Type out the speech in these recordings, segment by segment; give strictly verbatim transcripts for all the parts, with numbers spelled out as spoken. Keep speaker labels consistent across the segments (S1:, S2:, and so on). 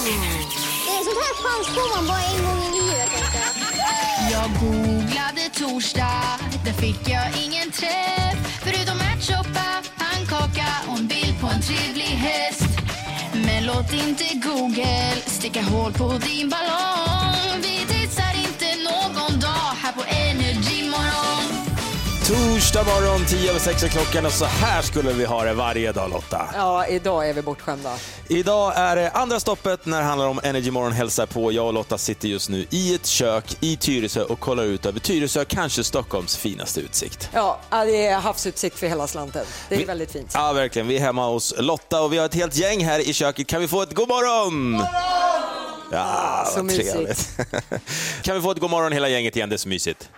S1: Det är sånt här chans får man bara en gång i livet, tänkte jag.
S2: Jag googlade torsdag, där fick jag ingen träff. Förutom ärtsoppa, pannkaka och en bild på en trevlig häst. Men låt inte Google sticka hål på din ballong. Vi titsar inte någon dag här på Energy Morgon.
S3: Torsdag morgon, tio över sex är klockan och så här skulle vi ha det varje dag, Lotta.
S4: Ja, idag är vi bortskämda.
S3: Idag är det andra stoppet när det handlar om Energy Morgon hälsar på. Jag och Lotta sitter just nu i ett kök i Tyresö och kollar ut över Tyresö, kanske Stockholms finaste utsikt.
S4: Ja, det är havsutsikt för hela slanten. Det är
S3: vi,
S4: väldigt fint.
S3: Ja, verkligen. Vi är hemma hos Lotta och vi har ett helt gäng här i köket. Kan vi få ett god morgon? God morgon! Ja,
S4: så
S3: vad trevligt. Kan vi få ett god morgon hela gänget igen? Det är så mysigt.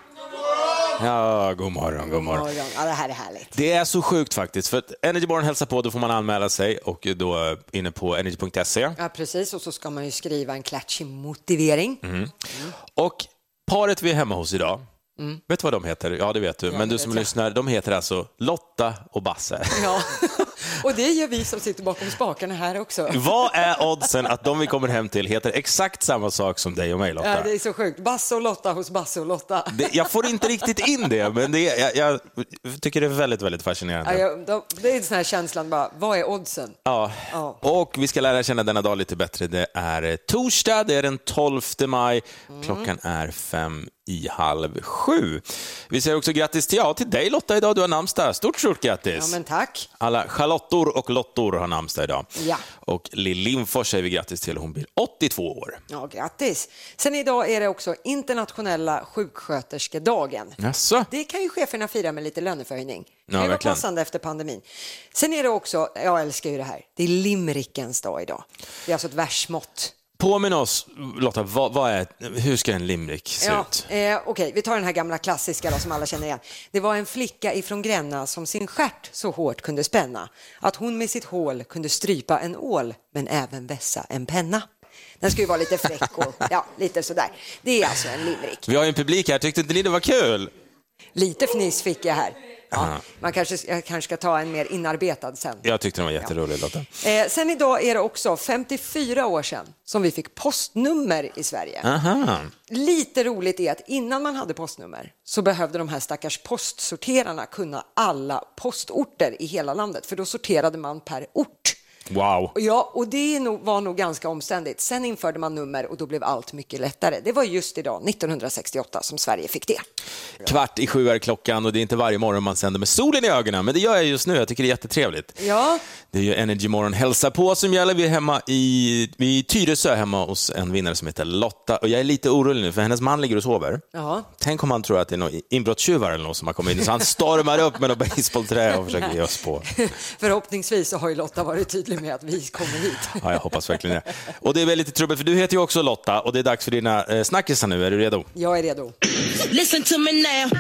S3: Ja, god morgon, god morgon.
S4: Ja, det här är härligt.
S3: Det är så sjukt faktiskt, för att Energy Morgon hälsar på, då får man anmäla sig och då inne på energy punkt se.
S4: Ja, precis, och så ska man ju skriva en klatschig motivering.
S3: Mm. Mm. Och paret vi är hemma hos idag, mm. vet du vad de heter? Ja, det vet du, ja, men du som jag. lyssnar, de heter alltså Lotta och Basse.
S4: Ja. Och det gör vi som sitter bakom spakarna här också.
S3: Vad är oddsen att de vi kommer hem till heter exakt samma sak som dig och mig, Lotta?
S4: Ja, det är så sjukt. Basse och Lotta hos Basse och Lotta.
S3: Det, jag får inte riktigt in det, men det, jag, jag tycker det är väldigt, väldigt fascinerande.
S4: Ja, jag, det är en sån här känslan bara, vad är oddsen?
S3: Ja. ja, och vi ska lära känna denna dag lite bättre. Det är torsdag, det är den tolfte maj. Mm. Klockan är fem i halv sju. Vi säger också grattis till, ja, till dig, Lotta, idag. Du har namnsdag. Stort, stort grattis.
S4: Ja, men tack.
S3: Alla Charlottor och Lottor har namnsdag idag.
S4: Ja.
S3: Och Lill Lindfors säger vi grattis till. Hon blir åttiotvå år.
S4: Ja, grattis. Sen idag är det också internationella sjuksköterskedagen.
S3: Jaså?
S4: Det kan ju cheferna fira med lite löneförhöjning. Det
S3: ja,
S4: var
S3: verkligen.
S4: Passande efter pandemin. Sen är det också, jag älskar ju det här, det är limerickens dag idag. Det är alltså ett versmått.
S3: Påminn oss, Lotta, vad, vad är, hur ska en limerick se
S4: ja,
S3: ut?
S4: Eh, Okej, okay, vi tar den här gamla klassiska då, som alla känner igen. Det var en flicka ifrån Gränna som sin stjärt så hårt kunde spänna att hon med sitt hål kunde strypa en ål men även vässa en penna. Den ska ju vara lite fräck och ja, lite sådär. Det är alltså en limerick.
S3: Vi har ju en publik här, tyckte inte ni det var kul?
S4: Lite fniss fick jag här. Ja, man kanske, jag kanske ska ta en mer inarbetad sen.
S3: Jag tyckte den var jätterolig, ja. Lotta.
S4: Eh, sen idag är det också femtiofyra år sedan som vi fick postnummer i Sverige.
S3: Aha.
S4: Lite roligt är att innan man hade postnummer så behövde de här stackars postsorterarna kunna alla postorter i hela landet. För då sorterade man per ort.
S3: Wow.
S4: Ja, och det var nog ganska omständigt. Sen införde man nummer och då blev allt mycket lättare. Det var just idag, nittonhundrasextioåtta, som Sverige fick det.
S3: Kvart i sju är klockan och det är inte varje morgon man sänder med solen i ögonen, men det gör jag just nu. Jag tycker det är jättetrevligt.
S4: Ja.
S3: Det är ju Energy Morgon hälsa på som gäller. Vi är hemma i, i Tyresö, hemma hos en vinnare som heter Lotta. Och jag är lite orolig nu för hennes man ligger och sover.
S4: Ja.
S3: Tänk om han tror att det är någon inbrottstjuvar eller något som har kommit in. Så han stormar upp med någon baseballträ och försöker ge oss på.
S4: Förhoppningsvis så har ju Lotta varit tydlig med att vi kommer hit.
S3: Ja, jag hoppas verkligen det. Och det är väldigt trubbigt för du heter ju också Lotta och det är dags för dina eh, snackisar nu. Är du redo?
S4: Jag är redo.
S2: Listen to me now.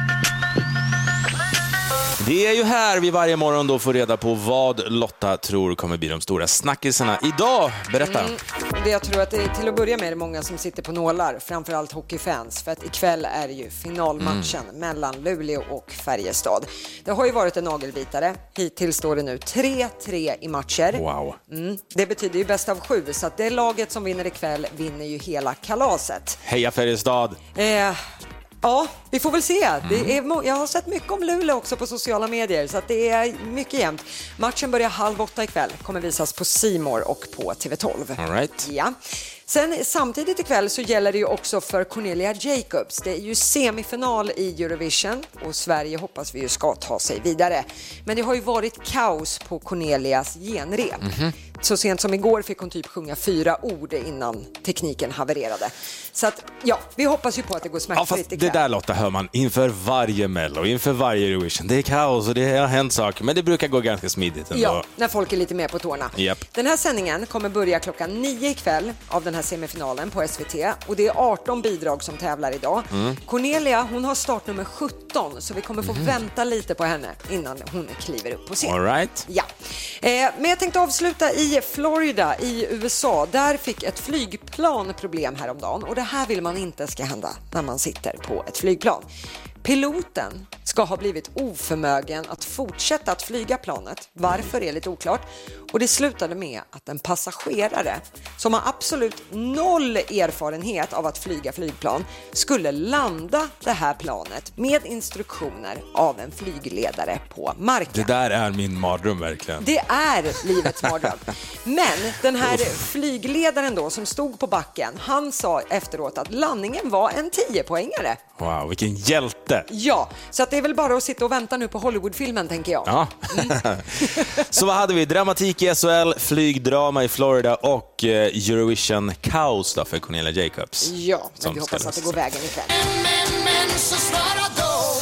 S3: Det är ju här vi varje morgon då får reda på vad Lotta tror kommer bli de stora snackisarna. Idag, berätta.
S4: Mm, det jag tror att det är, till att börja med är det många som sitter på nålar, framförallt hockeyfans. För att ikväll är det ju finalmatchen mm. mellan Luleå och Färjestad. Det har ju varit en nagelbitare. Hittills står det nu tre tre i matcher.
S3: Wow.
S4: Mm, det betyder ju bäst av sju, så att det laget som vinner ikväll vinner ju hela kalaset.
S3: Heja Färjestad!
S4: Eh... Ja, vi får väl se. Mm. Det är, jag har sett mycket om Luleå också på sociala medier, så att det är mycket jämnt. Matchen börjar halv åtta ikväll, kommer visas på C More och på T V tolv.
S3: All right.
S4: Ja. Sen samtidigt ikväll så gäller det ju också för Cornelia Jacobs. Det är ju semifinal i Eurovision och Sverige hoppas vi ju ska ta sig vidare. Men det har ju varit kaos på Cornelias genrep. Mm-hmm. Så sent som igår fick hon typ sjunga fyra ord innan tekniken havererade. Så att, ja, vi hoppas ju på att det går smärtfritt
S3: ja, fast
S4: ikväll.
S3: Det där, Lotta, hör man inför varje Mello, inför varje Eurovision. Det är kaos och det har hänt saker, men det brukar gå ganska smidigt ändå.
S4: Ja, när folk är lite mer på tårna.
S3: Yep.
S4: Den här sändningen kommer börja klockan nio ikväll av den här semifinalen på S V T. Och det är arton bidrag som tävlar idag. Mm. Cornelia, hon har startnummer sjutton, så vi kommer få mm. vänta lite på henne innan hon kliver upp på scen.
S3: All right.
S4: Ja. Eh, men jag tänkte avsluta i Florida i U S A. Där fick ett flygplan problem häromdagen. Och det här vill man inte ska hända när man sitter på ett flygplan. Piloten ska ha blivit oförmögen att fortsätta att flyga planet. Varför är lite oklart. Och det slutade med att en passagerare som har absolut noll erfarenhet av att flyga flygplan skulle landa det här planet med instruktioner av en flygledare på marken.
S3: Det där är min mardröm verkligen.
S4: Det är livets mardröm. Men den här flygledaren då som stod på backen, han sa efteråt att landningen var en tio-poängare.
S3: Wow, vilken hjälte.
S4: Ja, så att det är väl bara att sitta och vänta nu på Hollywoodfilmen, tänker jag.
S3: Ja. Mm. Så vad hade vi? Dramatik i S H L, flygdrama i Florida och eh, Eurovision kaos då för Cornelia Jacobs.
S4: Ja, men vi hoppas att det går vägen ikväll.
S5: Men, men, så svara då.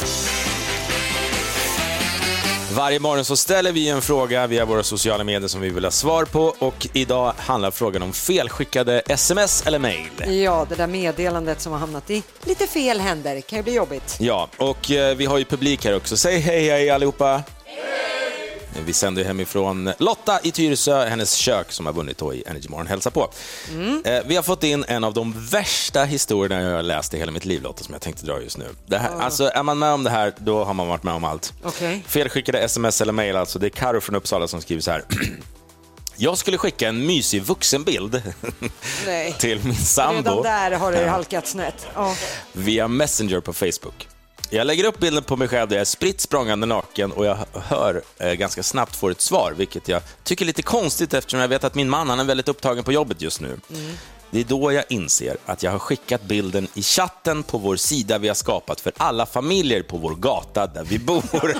S3: Varje morgon så ställer vi en fråga via våra sociala medier som vi vill ha svar på, och idag handlar frågan om felskickade sms eller mejl.
S4: Ja, det där meddelandet som har hamnat i lite fel händer kan ju bli jobbigt.
S3: Ja, och eh, vi har ju publik här också. Säg hej hej allihopa. Vi sänder ju hemifrån Lotta i Tyresö, hennes kök som har vunnit då i Energy Morgon hälsa på. Mm. Eh, vi har fått in en av de värsta historierna jag har läst i hela mitt liv, Lotta, som jag tänkte dra just nu. Det här, oh. Alltså, är man med om det här, då har man varit med om allt.
S4: Okay.
S3: Felskickade sms eller mejl, alltså. Det är Karo från Uppsala som skriver så här. Jag skulle skicka en mysig vuxenbild
S4: Nej.
S3: till min sambo.
S4: Redan där har det halkat snett. Oh.
S3: Via Messenger på Facebook. Jag lägger upp bilden på mig själv där jag är spritt språngande naken och jag hör eh, ganska snabbt får ett svar, vilket jag tycker är lite konstigt eftersom jag vet att min man han är väldigt upptagen på jobbet just nu. Mm. Det är då jag inser att jag har skickat bilden i chatten på vår sida vi har skapat för alla familjer på vår gata där vi bor.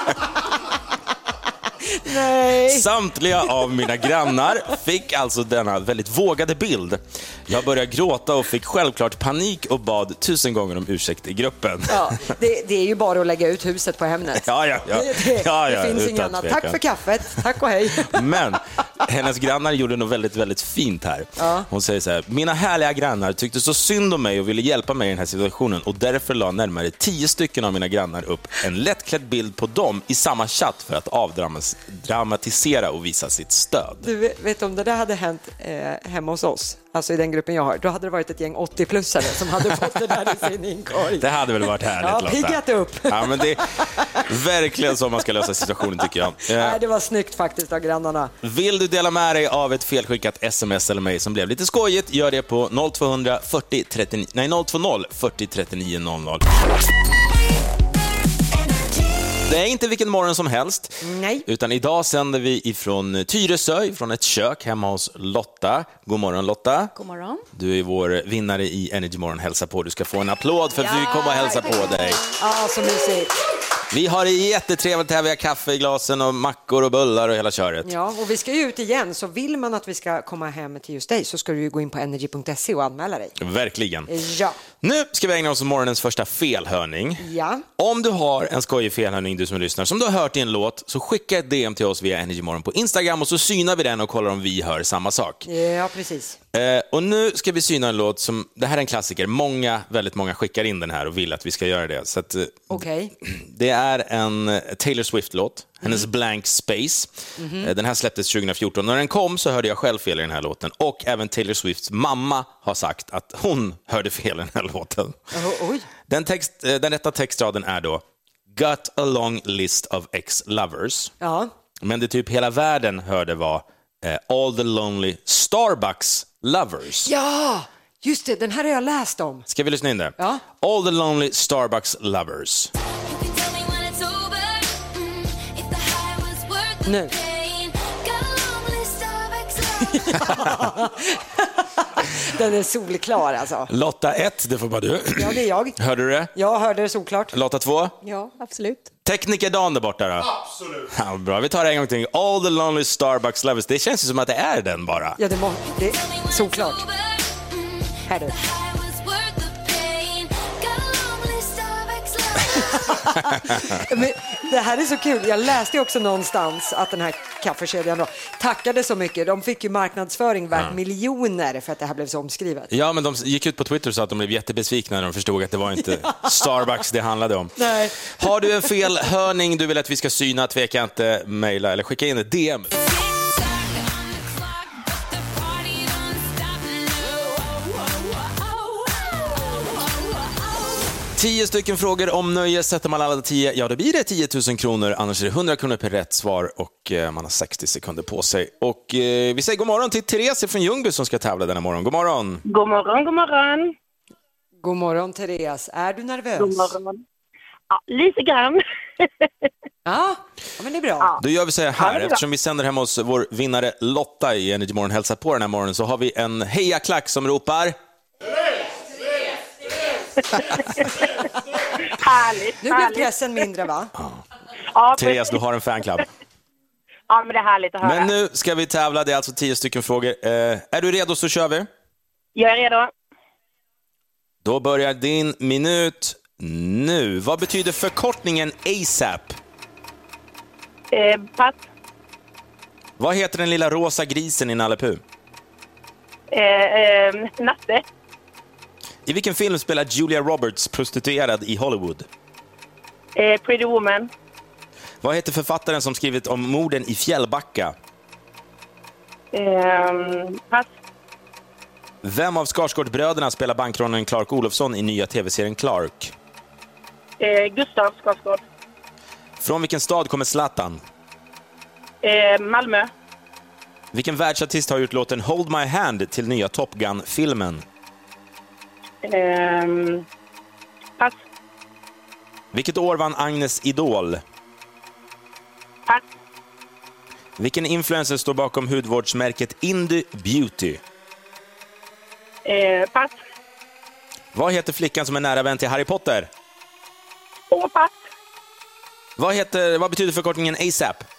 S4: Nej.
S3: Samtliga av mina grannar fick alltså denna väldigt vågade bild. Jag började gråta och fick självklart panik och bad tusen gånger om ursäkt i gruppen.
S4: Ja, det, det är ju bara att lägga ut huset på Hemnet.
S3: Ja, ja, ja.
S4: Det, det,
S3: ja, ja,
S4: det finns inget annat. Tack för kaffet, tack och hej.
S3: Men hennes grannar gjorde något väldigt, väldigt fint här. Ja. Hon säger så här: mina härliga grannar tyckte så synd om mig och ville hjälpa mig i den här situationen, och därför la närmare tio stycken av mina grannar upp en lättklädd bild på dem i samma chatt för att avdramatisera och visa sitt stöd.
S4: Du vet, vet om det där hade hänt eh, hemma hos oss, alltså i den gruppen jag har, då hade det varit ett gäng åttio-plussare som hade fått det där i sin inkorg.
S3: Det hade väl varit härligt,
S4: ja,
S3: Lotta.
S4: Piggat upp.
S3: Ja, men det är verkligen så man ska lösa situationen, tycker jag.
S4: Nej, det var snyggt faktiskt av grannarna.
S3: Vill du dela med dig av ett felskickat sms eller mejl som blev lite skojigt, gör det på noll två fyrtio trettionio, nej, noll två noll fyrtio trettionio noll noll. Det är inte vilken morgon som helst.
S4: Nej.
S3: Utan idag sänder vi ifrån Tyresö, från ett kök hemma hos Lotta. God morgon, Lotta.
S6: God morgon.
S3: Du är vår vinnare i Energy Morgon hälsa på. Du ska få en applåd för att ja, vi kommer att hälsa på dig.
S4: Ja, så mysigt.
S3: Vi har det jättetrevligt här. Vi har kaffe i glasen och mackor och bullar och hela köret.
S4: Ja, och vi ska ju ut igen. Så vill man att vi ska komma hem till just dig så ska du ju gå in på energy punkt se och anmäla dig.
S3: Verkligen.
S4: Ja.
S3: Nu ska vi ägna oss åt morgonens första felhörning.
S4: Ja.
S3: Om du har en skojig felhörning, du som lyssnar, som du har hört i en låt, så skicka ett D M till oss via Energy Morgon på Instagram och så synar vi den och kollar om vi hör samma sak.
S4: Ja, precis.
S3: Eh, och nu ska vi syna en låt som, det här är en klassiker. Många, väldigt många skickar in den här och vill att vi ska göra det. Så att, eh,
S4: okay.
S3: Det är en Taylor Swift-låt. Hennes mm. Blank Space. Mm-hmm. Den här släpptes tjugo fjorton. När den kom så hörde jag själv fel i den här låten. Och även Taylor Swifts mamma har sagt att hon hörde fel i den här låten.
S4: Oh, oj.
S3: Den, text, den rätta textraden är då: got a long list of ex-lovers.
S4: Ja.
S3: Men det typ hela världen hörde var eh, all the lonely Starbucks lovers.
S4: Ja, just det. Den här har jag läst om.
S3: Ska vi lyssna in det?
S4: Ja.
S3: All the lonely Starbucks lovers.
S4: Nu. Den är solklar alltså.
S3: Lotta ett, det får bara du.
S4: Ja, det är jag.
S3: Hörde du det?
S4: Jag hörde det solklart.
S3: Lotta två?
S6: Ja, absolut.
S3: Tekniker Dan där borta då?
S7: Absolut.
S3: Ja, bra, vi tar det en gång till. All the lonely Starbucks lovers. Det känns ju som att det är den bara.
S4: Ja, det, må, det är solklart. Här du. Men det här är så kul. Jag läste också någonstans att den här kaffekedjan då tackade så mycket. De fick ju marknadsföring värt ja. miljoner för att det här blev så omskrivet.
S3: Ja, men de gick ut på Twitter och sa att de blev jättebesvikna när de förstod att det var inte Starbucks det handlade om.
S4: Nej.
S3: Har du en felhörning du vill att vi ska syna, tveka inte, mejla eller skicka in ett D M. Tio stycken frågor om nöje. Sätter man alla tio, ja då blir det tio tusen kronor. Annars är det hundra kronor per rätt svar och eh, man har sextio sekunder på sig. Och eh, vi säger god morgon till Therese från Ljungby som ska tävla denna morgon. God morgon.
S6: God morgon, god morgon.
S4: God morgon Therese. Är du nervös?
S6: God morgon. Ja, lite grann.
S4: Ja, ja men det är bra.
S6: Ja.
S3: Då gör vi så här,
S6: Ja, det är bra.
S3: eftersom vi sänder hem hos vår vinnare Lotta i Energy Morgon hälsar på den här morgonen, så har vi en hejaklack som ropar...
S6: Härligt,
S4: Nu blir
S6: härligt.
S4: pressen mindre va?
S6: Ja,
S3: Therese,
S6: precis.
S3: du har en fanclub.
S6: Ja, men det är härligt att höra.
S3: Men nu ska vi tävla, det är alltså tio stycken frågor. Eh, är du redo så kör vi.
S6: Jag är redo.
S3: Då börjar din minut nu. Vad betyder förkortningen A S A P?
S6: Eh, pass.
S3: Vad heter den lilla rosa grisen i Nalle Puh?
S6: Eh, eh, natte.
S3: I vilken film spelar Julia Roberts prostituerad i Hollywood?
S6: Eh, Pretty Woman.
S3: Vad heter författaren som skrivit om morden i Fjällbacka?
S6: Eh, pass.
S3: Vem av Skarsgård-bröderna spelar bankrånaren Clark Olofsson i nya tv-serien Clark?
S6: Eh, Gustav Skarsgård.
S3: Från vilken stad kommer Zlatan?
S6: Eh, Malmö.
S3: Vilken världsartist har gjort låten Hold My Hand till nya Top Gun-filmen?
S6: Eh, pass.
S3: Vilket år vann Agnes Idol?
S6: Pass.
S3: Vilken influencer står bakom hudvårdsmärket Indie Beauty?
S6: Eh, pass.
S3: Vad heter flickan som är nära vän till Harry Potter?
S6: Och pass.
S3: Vad, heter, vad betyder förkortningen A S A P?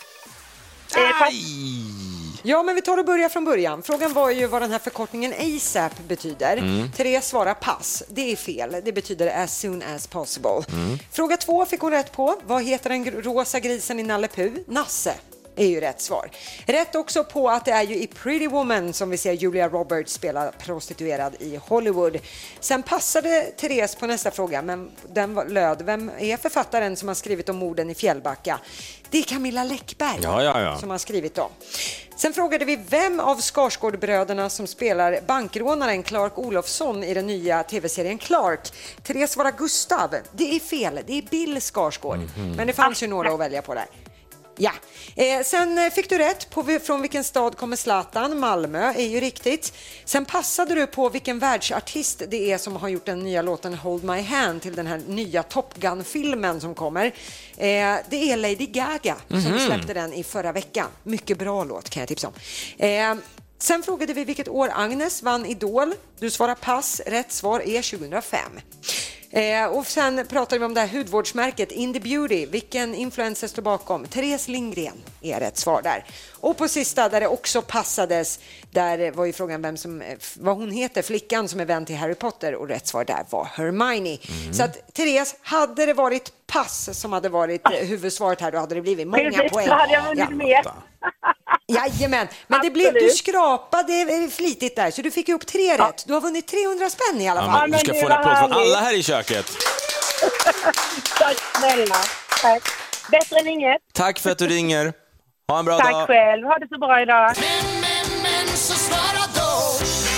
S6: Eh, pass.
S4: Ja, men vi tar och börjar från början. Frågan var ju vad den här förkortningen A S A P betyder.
S3: Mm.
S4: Therese svarar pass. Det är fel. Det betyder as soon as possible.
S3: Mm.
S4: Fråga två fick hon rätt på. Vad heter den gr- rosa grisen i Nalle Puh? Nasse är ju rätt svar. Rätt också på att det är ju i Pretty Woman som vi ser Julia Roberts spela prostituerad i Hollywood. Sen passade Therese på nästa fråga, men den var löd. Vem är författaren som har skrivit om morden i Fjällbacka? Det är Camilla Läckberg
S3: Ja, ja, ja.
S4: som har skrivit dem. Sen frågade vi vem av Skarsgård-bröderna som spelar bankrånaren Clark Olofsson i den nya tv-serien Clark. Therese svarar Gustav. Det är fel, det är Bill Skarsgård.
S3: Mm-hmm.
S4: Men det fanns ju några att välja på där. Ja, eh, sen fick du rätt på från vilken stad kommer Zlatan. Malmö är ju riktigt. Sen passade du på vilken världsartist det är som har gjort den nya låten Hold My Hand till den här nya Top Gun-filmen som kommer. Eh, det är Lady Gaga som släppte den i förra veckan. Mycket bra låt kan jag tipsa om. Eh, sen frågade vi vilket år Agnes vann Idol. Du svarar pass. Rätt svar är tjugohundrafem. Eh, och sen pratade vi om det här hudvårdsmärket Indie Beauty. Vilken influencer står bakom? Therese Lindgren är rätt svar där. Och på sista där det också passades, där var ju frågan vem som, vad hon heter, flickan som är vän till Harry Potter, och rätt svar där var Hermione. Så att Therese, hade det varit pass som hade varit eh, huvudsvaret här, då hade det blivit många
S6: Precis,
S4: poäng.
S6: då hade jag vunnit
S4: Ja.
S6: mer.
S4: Jajamän, men det blev, du
S6: Absolut.
S4: skrapade flitigt där så du fick ihop tre rätt. Du har vunnit trehundra spänn i alla fall.
S3: Ja, men du
S6: men
S3: ska
S6: det
S3: få en
S6: var
S3: applåd från
S6: härligt.
S3: alla här i köket.
S6: Tack snälla. Tack. Bättre än inget.
S3: Tack för att du ringer. Ha en bra
S6: Tack
S3: dag.
S6: själv. Ha det så bra idag.
S5: Men, men, men så svara då.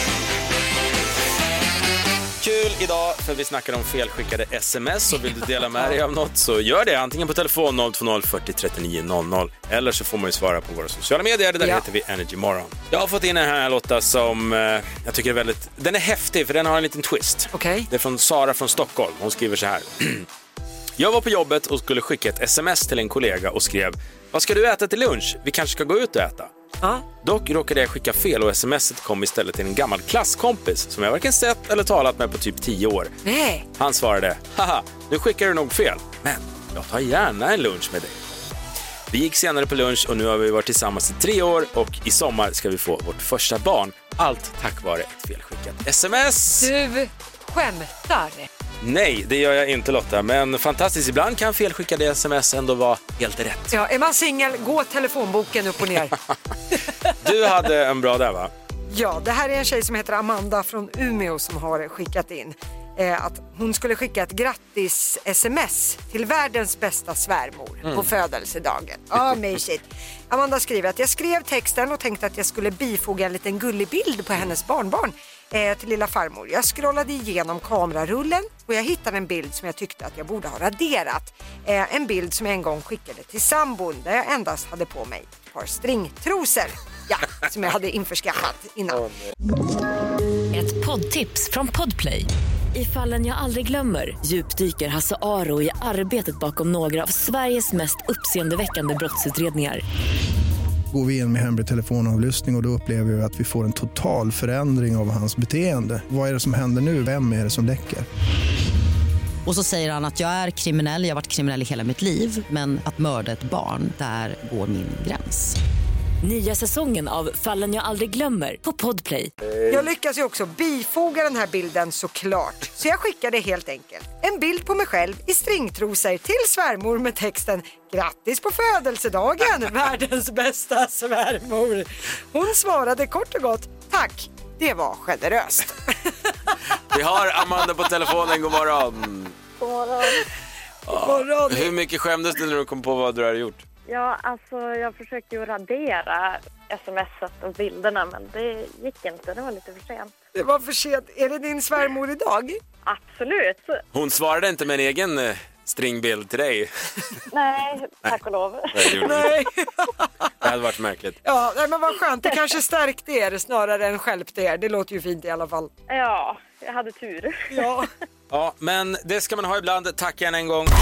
S3: Kul idag för vi snackar om felskickade sms, och vill du dela med dig av något så gör det antingen på telefon noll två noll fyrtio trettionio noll noll eller så får man ju svara på våra sociala medier, där
S4: Ja.
S3: heter vi Energy Morgon. Jag har fått in den här Lotta som eh, jag tycker är väldigt, den är häftig för den har en liten twist.
S4: Okej.
S3: Det är från Sara från Stockholm. Hon skriver så här. Jag var på jobbet och skulle skicka ett sms till en kollega och skrev: vad ska du äta till lunch? Vi kanske ska gå ut och äta.
S4: Ja.
S3: Dock råkade jag skicka fel och smset kom istället till en gammal klasskompis som jag varken sett eller talat med på typ tio år.
S4: Nej.
S3: Han svarade: haha, nu skickar du nog fel. Men jag tar gärna en lunch med dig. Vi gick senare på lunch och nu har vi varit tillsammans i tre år och i sommar ska vi få vårt första barn. Allt tack vare ett felskickat sms.
S4: Du skämtar.
S3: Nej, det gör jag inte Lotta, men fantastiskt. Ibland kan felskickade sms ändå vara helt rätt.
S4: Ja, är man singel, gå telefonboken upp och ner.
S3: Du hade en bra där va?
S4: Ja, det här är en tjej som heter Amanda från Umeå som har skickat in eh, att hon skulle skicka ett grattis-sms till världens bästa svärmor
S3: Mm.
S4: på födelsedagen. Ja, mysigt. Amanda skriver att jag skrev texten och tänkte att jag skulle bifoga en liten gullig bild på hennes barnbarn. eh, till lilla farmor. Jag scrollade igenom kamerarullen och jag hittade en bild som jag tyckte att jag borde ha raderat. Eh, en bild som jag en gång skickade till sambon där jag endast hade på mig ett par stringtrosor. Ja, som jag hade införskaffat innan.
S7: Ett poddtips från Podplay. I Fallen jag aldrig glömmer djupdyker Hasse Aro i arbetet bakom några av Sveriges mest uppseendeväckande brottsutredningar.
S8: Går vi in med hemlig telefonavlyssning och, och då upplever vi att vi får en total förändring av hans beteende. Vad är det som händer nu? Vem är det som läcker?
S9: Och så säger han att jag är kriminell, jag har varit kriminell i hela mitt liv, men att mörda ett barn, där går min gräns.
S7: Nya säsongen av Fallen jag aldrig glömmer på Podplay.
S4: Jag lyckas ju också bifoga den här bilden såklart. Så jag skickade helt enkelt en bild på mig själv i stringtrosor till svärmor med texten "Grattis på födelsedagen, världens bästa svärmor". Hon svarade kort och gott "Tack, det var generöst".
S3: Vi har Amanda på telefonen, god morgon.
S6: God morgon.
S4: God morgon.
S3: Hur mycket skämdes du när du kom på vad du hade gjort?
S6: Ja, alltså jag försökte ju radera smsat och bilderna, men det gick inte. Det var lite för sent.
S4: Det var för sent. Är det din svärmor idag?
S6: Absolut.
S3: Hon svarade inte med en egen eh, stringbild till dig.
S6: Nej, tack och lov.
S3: Nej, det gjorde
S4: Nej.
S3: Det hade varit märkligt.
S4: Ja, nej, men vad skönt. Det kanske stärkte er snarare än stjälpte er. Det låter ju fint i alla fall.
S6: Ja, jag hade tur.
S4: Ja.
S3: Ja, men det ska man ha ibland. Tack igen en gång.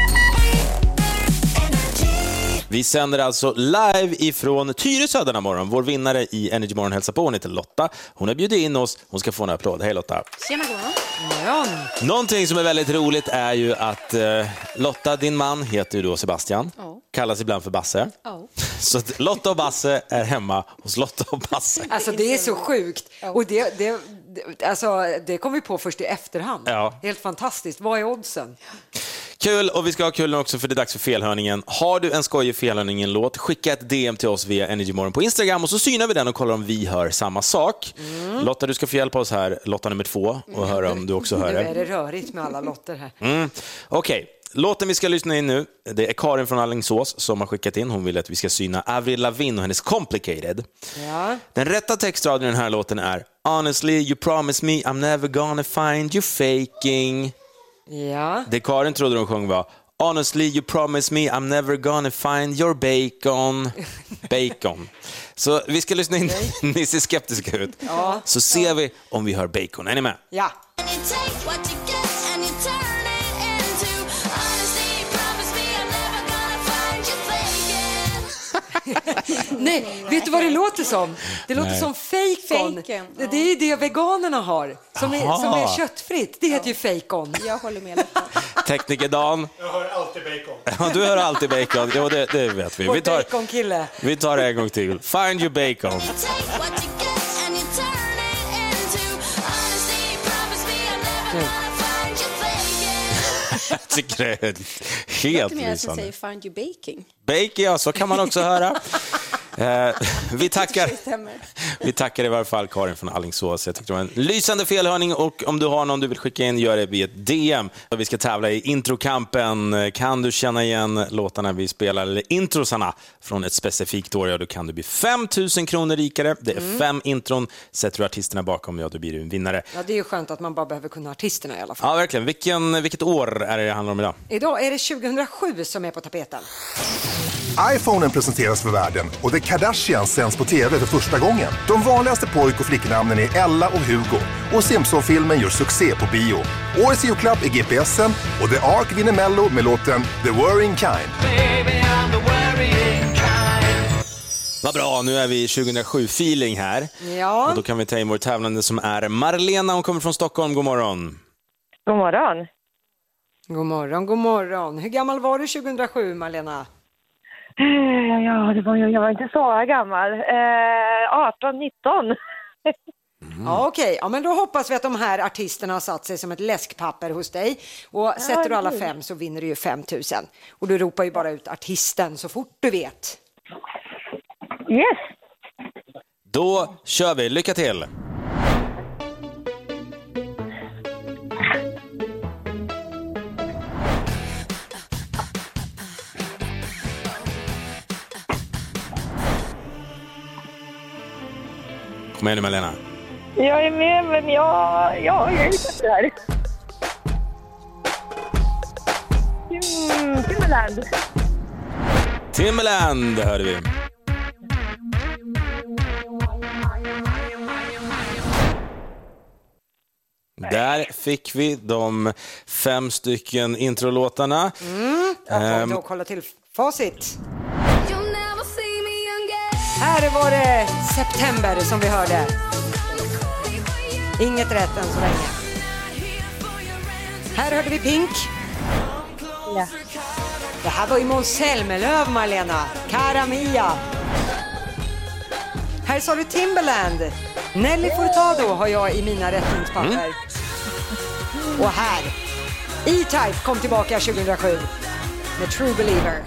S3: Vi sänder alltså live ifrån Tyresö denna morgon. Vår vinnare i Energy Morgon hälsar på, hon heter Lotta. Hon har bjudit in oss. Hon ska få en applåd. Hej Lotta.
S1: Tjena, god morgon.
S4: Ja.
S3: Någonting som är väldigt roligt är ju att eh, Lotta, din man, heter ju då Sebastian.
S1: Ja.
S3: Kallas ibland för Basse.
S1: Ja.
S3: Så att Lotta och Basse är hemma hos Lotta och Basse.
S4: Alltså det är så sjukt. Och det, det, det, alltså, det kom vi på först i efterhand.
S3: Ja.
S4: Helt fantastiskt. Vad är oddsen?
S3: Kul, och vi ska ha kul nu också för det är dags för felhörningen. Har du en skojig felhörningen-låt, skicka ett D M till oss via Energy Morgon på Instagram och så synar vi den och kollar om vi hör samma sak. Mm. Lotta, du ska få hjälpa oss här, Lotta nummer två, och höra om du också hör det.
S4: Nu är det rörigt med alla lotter här.
S3: Mm. Okej. Okay. Låten vi ska lyssna in nu, det är Karin från Alingsås som har skickat in. Hon vill att vi ska syna Avril Lavigne och hennes Complicated.
S4: Ja.
S3: Den rätta textraden i den här låten är Honestly, you promised me I'm never gonna find you faking.
S4: Ja.
S3: Det Karin trodde de sjöng var Honestly, you promised me I'm never gonna find your bacon. Bacon. Så vi ska lyssna in. Ni ser skeptiska ut.
S4: Ja.
S3: Så ser vi om vi hör bacon. Är ni med?
S4: Ja. Nej, vet du vad det låter som? Det låter
S3: Nej.
S4: som fejkon.
S1: Fejken, ja.
S4: Det är det veganerna har, som är,
S3: Aha.
S4: som är köttfritt. Det heter ju fejkon.
S1: Jag håller med lite.
S3: Tekniker Dan.
S10: Jag hör alltid bacon.
S3: Ja, du hör alltid bacon. Jo, det, det vet vi.
S4: Vår
S3: Vi tar,
S4: baconkille.
S3: vi tar det en gång till. Find your bacon. Jag tycker det är helt
S1: Jag mer att jag
S3: lysande.
S1: säger find you baking.
S3: Bacon, ja, så kan man också höra. Eh, vi tackar
S1: Det stämmer.
S3: Vi tackar i varje fall Karin från Alingsås. Jag tyckte det var en lysande felhörning, och om du har någon du vill skicka in, gör det via ett D M. Vi ska tävla i introkampen. Kan du känna igen låtarna vi spelar, eller introsarna från ett specifikt år, ja, då kan du bli fem tusen kronor rikare. Det är mm. fem intron. Sätter du artisterna bakom, ja, då blir du en vinnare.
S4: Ja, det är ju skönt att man bara behöver kunna artisterna i alla fall.
S3: Ja, verkligen. Vilken, vilket år är det det handlar om idag?
S4: Idag är det tjugohundrasju som är på tapeten.
S10: iPhonen presenteras för världen och The Kardashians sänds på tv för första gången. De vanligaste pojk- och flicknamnen är Ella och Hugo. Och Simpson-filmen gör succé på bio. Årets julklapp är G P S'en och The Ark vinner Mello med låten The Worrying Kind.
S5: Baby, I'm the worrying kind.
S3: Vad bra, nu är vi i tjugohundrasju-feeling här.
S4: Ja.
S3: Och då kan vi ta in vår tävlande som är Marlena. Hon kommer från Stockholm. God morgon.
S6: God morgon.
S4: God morgon, god morgon. Hur gammal var du tjugohundrasju, Marlena?
S6: Ja, det var ju, jag var inte så gammal. Eh, arton, nitton.
S4: Mm. Ja, okej. Okay. Ja, men då hoppas vi att de här artisterna har satt sig som ett läskpapper hos dig. Och ja, sätter du alla fem så vinner du ju fem tusen. Och du ropar ju bara ut artisten så fort du vet.
S6: Yes.
S3: Då kör vi. Lycka till. Kom igen nu, Malena.
S6: Jag är med, men jag, ja, jag är lite efter det här. Mm, Timberland.
S3: Timberland hörde vi. Där fick vi de fem stycken introlåtarna.
S4: Mm, jag tar
S3: um,
S4: och kolla till facit. Här var det September som vi hörde. Inget rätt än så länge. Här hörde vi Pink.
S6: Ja.
S4: Det här var ju Måns Zelmerlöw, Malena. Cara Mia. Här sa du Timberland. Nelly Furtado har jag i mina rättningspapper. Mm. Och här, E-Type kom tillbaka tjugohundrasju med True Believer.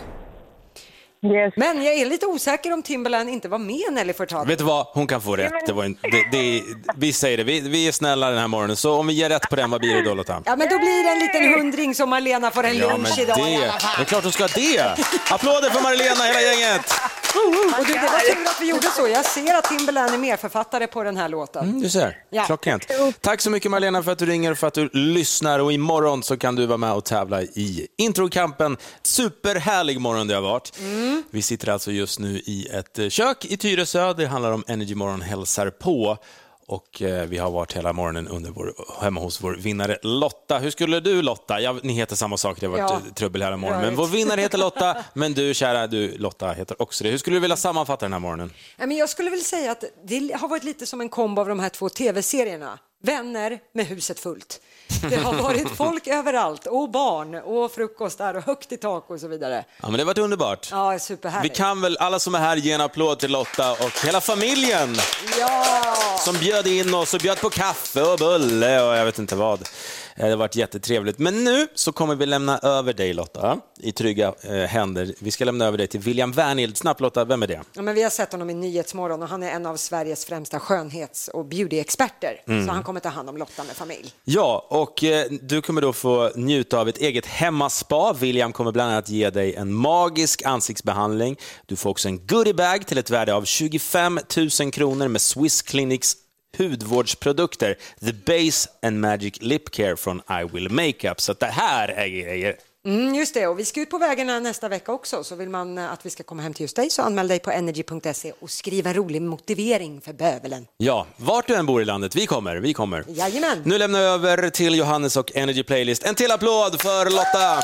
S6: Yes.
S4: Men jag är lite osäker om Timberland inte var med Nelly Furtado.
S3: Vet du vad? Hon kan få rätt. Det var en, det, det, vi säger det. Vi, vi är snälla den här morgonen. Så om vi ger rätt på den, vad blir det då, Lotta?
S4: Ja, men då blir det en liten hundring som Marlena får en
S3: Ja,
S4: lunch
S3: men
S4: idag
S3: det,
S4: i alla fall.
S3: det är klart hon ska ha det. Applåder för Marlena, hela gänget.
S4: Och du, det var tur att vi gjorde så. Jag ser att Timberland är mer författare på den här låten.
S3: Mm, du ser,
S4: Ja.
S3: klockrent. Tack så mycket Marlena för att du ringer och för att du lyssnar. Och imorgon så kan du vara med och tävla i introkampen. Superhärlig morgon det har varit. Mm. Vi sitter alltså just nu i ett kök i Tyresö. Det handlar om Energy Morgon hälsar på. Och eh, vi har varit hela morgonen under vår, hemma hos vår vinnare Lotta. Hur skulle du, Lotta? Ja, ni heter samma sak, det har varit ja. trubbel hela morgonen. Men vår vinnare heter Lotta, men du, kära du, Lotta, heter också det. Hur skulle du vilja sammanfatta den här morgonen?
S4: Ja, men jag skulle vilja säga att det har varit lite som en kombo av de här två tv-serierna. Vänner med huset fullt. Det har varit folk överallt, och barn, och frukostar och högt i tak och så vidare.
S3: Ja, men det har varit underbart.
S4: Ja, superhärligt.
S3: Vi kan väl, alla som är här, ge en applåd till Lotta och hela familjen.
S4: Ja!
S3: Som bjöd in oss och bjöd på kaffe och bulle och jag vet inte vad. Det har varit jättetrevligt. Men nu så kommer vi lämna över dig, Lotta, i trygga eh, händer. Vi ska lämna över dig till William Wernhild. Snabbt, Lotta, vem är det?
S4: Ja, men vi har sett honom i Nyhetsmorgon och han är en av Sveriges främsta skönhets- och beauty-experter. Mm. Så han kommer ta hand om Lotta med familj.
S3: Ja, och eh, du kommer då få njuta av ett eget hemmaspa. William kommer bland annat ge dig en magisk ansiktsbehandling. Du får också en goodiebag till ett värde av tjugofem tusen kronor med Swiss Clinics hudvårdsprodukter, The Base and Magic Lip Care från I Will Makeup. Så det här är grejer.
S4: Mm, just det, och vi ska ut på vägarna nästa vecka också. Så vill man att vi ska komma hem till just dig, så anmäl dig på energy punkt se och skriv en rolig motivering för bövelen.
S3: Ja, vart du än bor i landet, vi kommer, vi kommer.
S4: Jajamän.
S3: Nu lämnar jag över till Johannes och Energy Playlist. En till applåd för Lotta!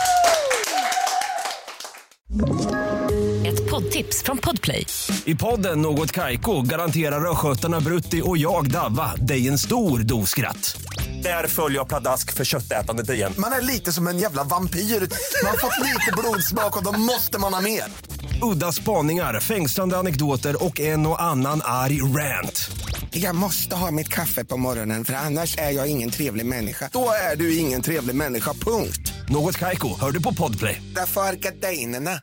S7: Ett poddtips från Podplay.
S11: I podden Något Kaiko garanterar röskötarna Brutti och jag Davva dig en stor doskratt. Där följer jag pladask för köttätandet igen.
S12: Man är lite som en jävla vampyr. Man har fått lite blodsmak och då måste man ha mer.
S11: Udda spaningar, fängslande anekdoter och en och annan arg rant.
S12: Jag måste ha mitt kaffe på morgonen, för annars är jag ingen trevlig människa. Då är du ingen trevlig människa, punkt.
S11: Något Kaiko, hör du på Podplay.
S12: Därför är gardinerna.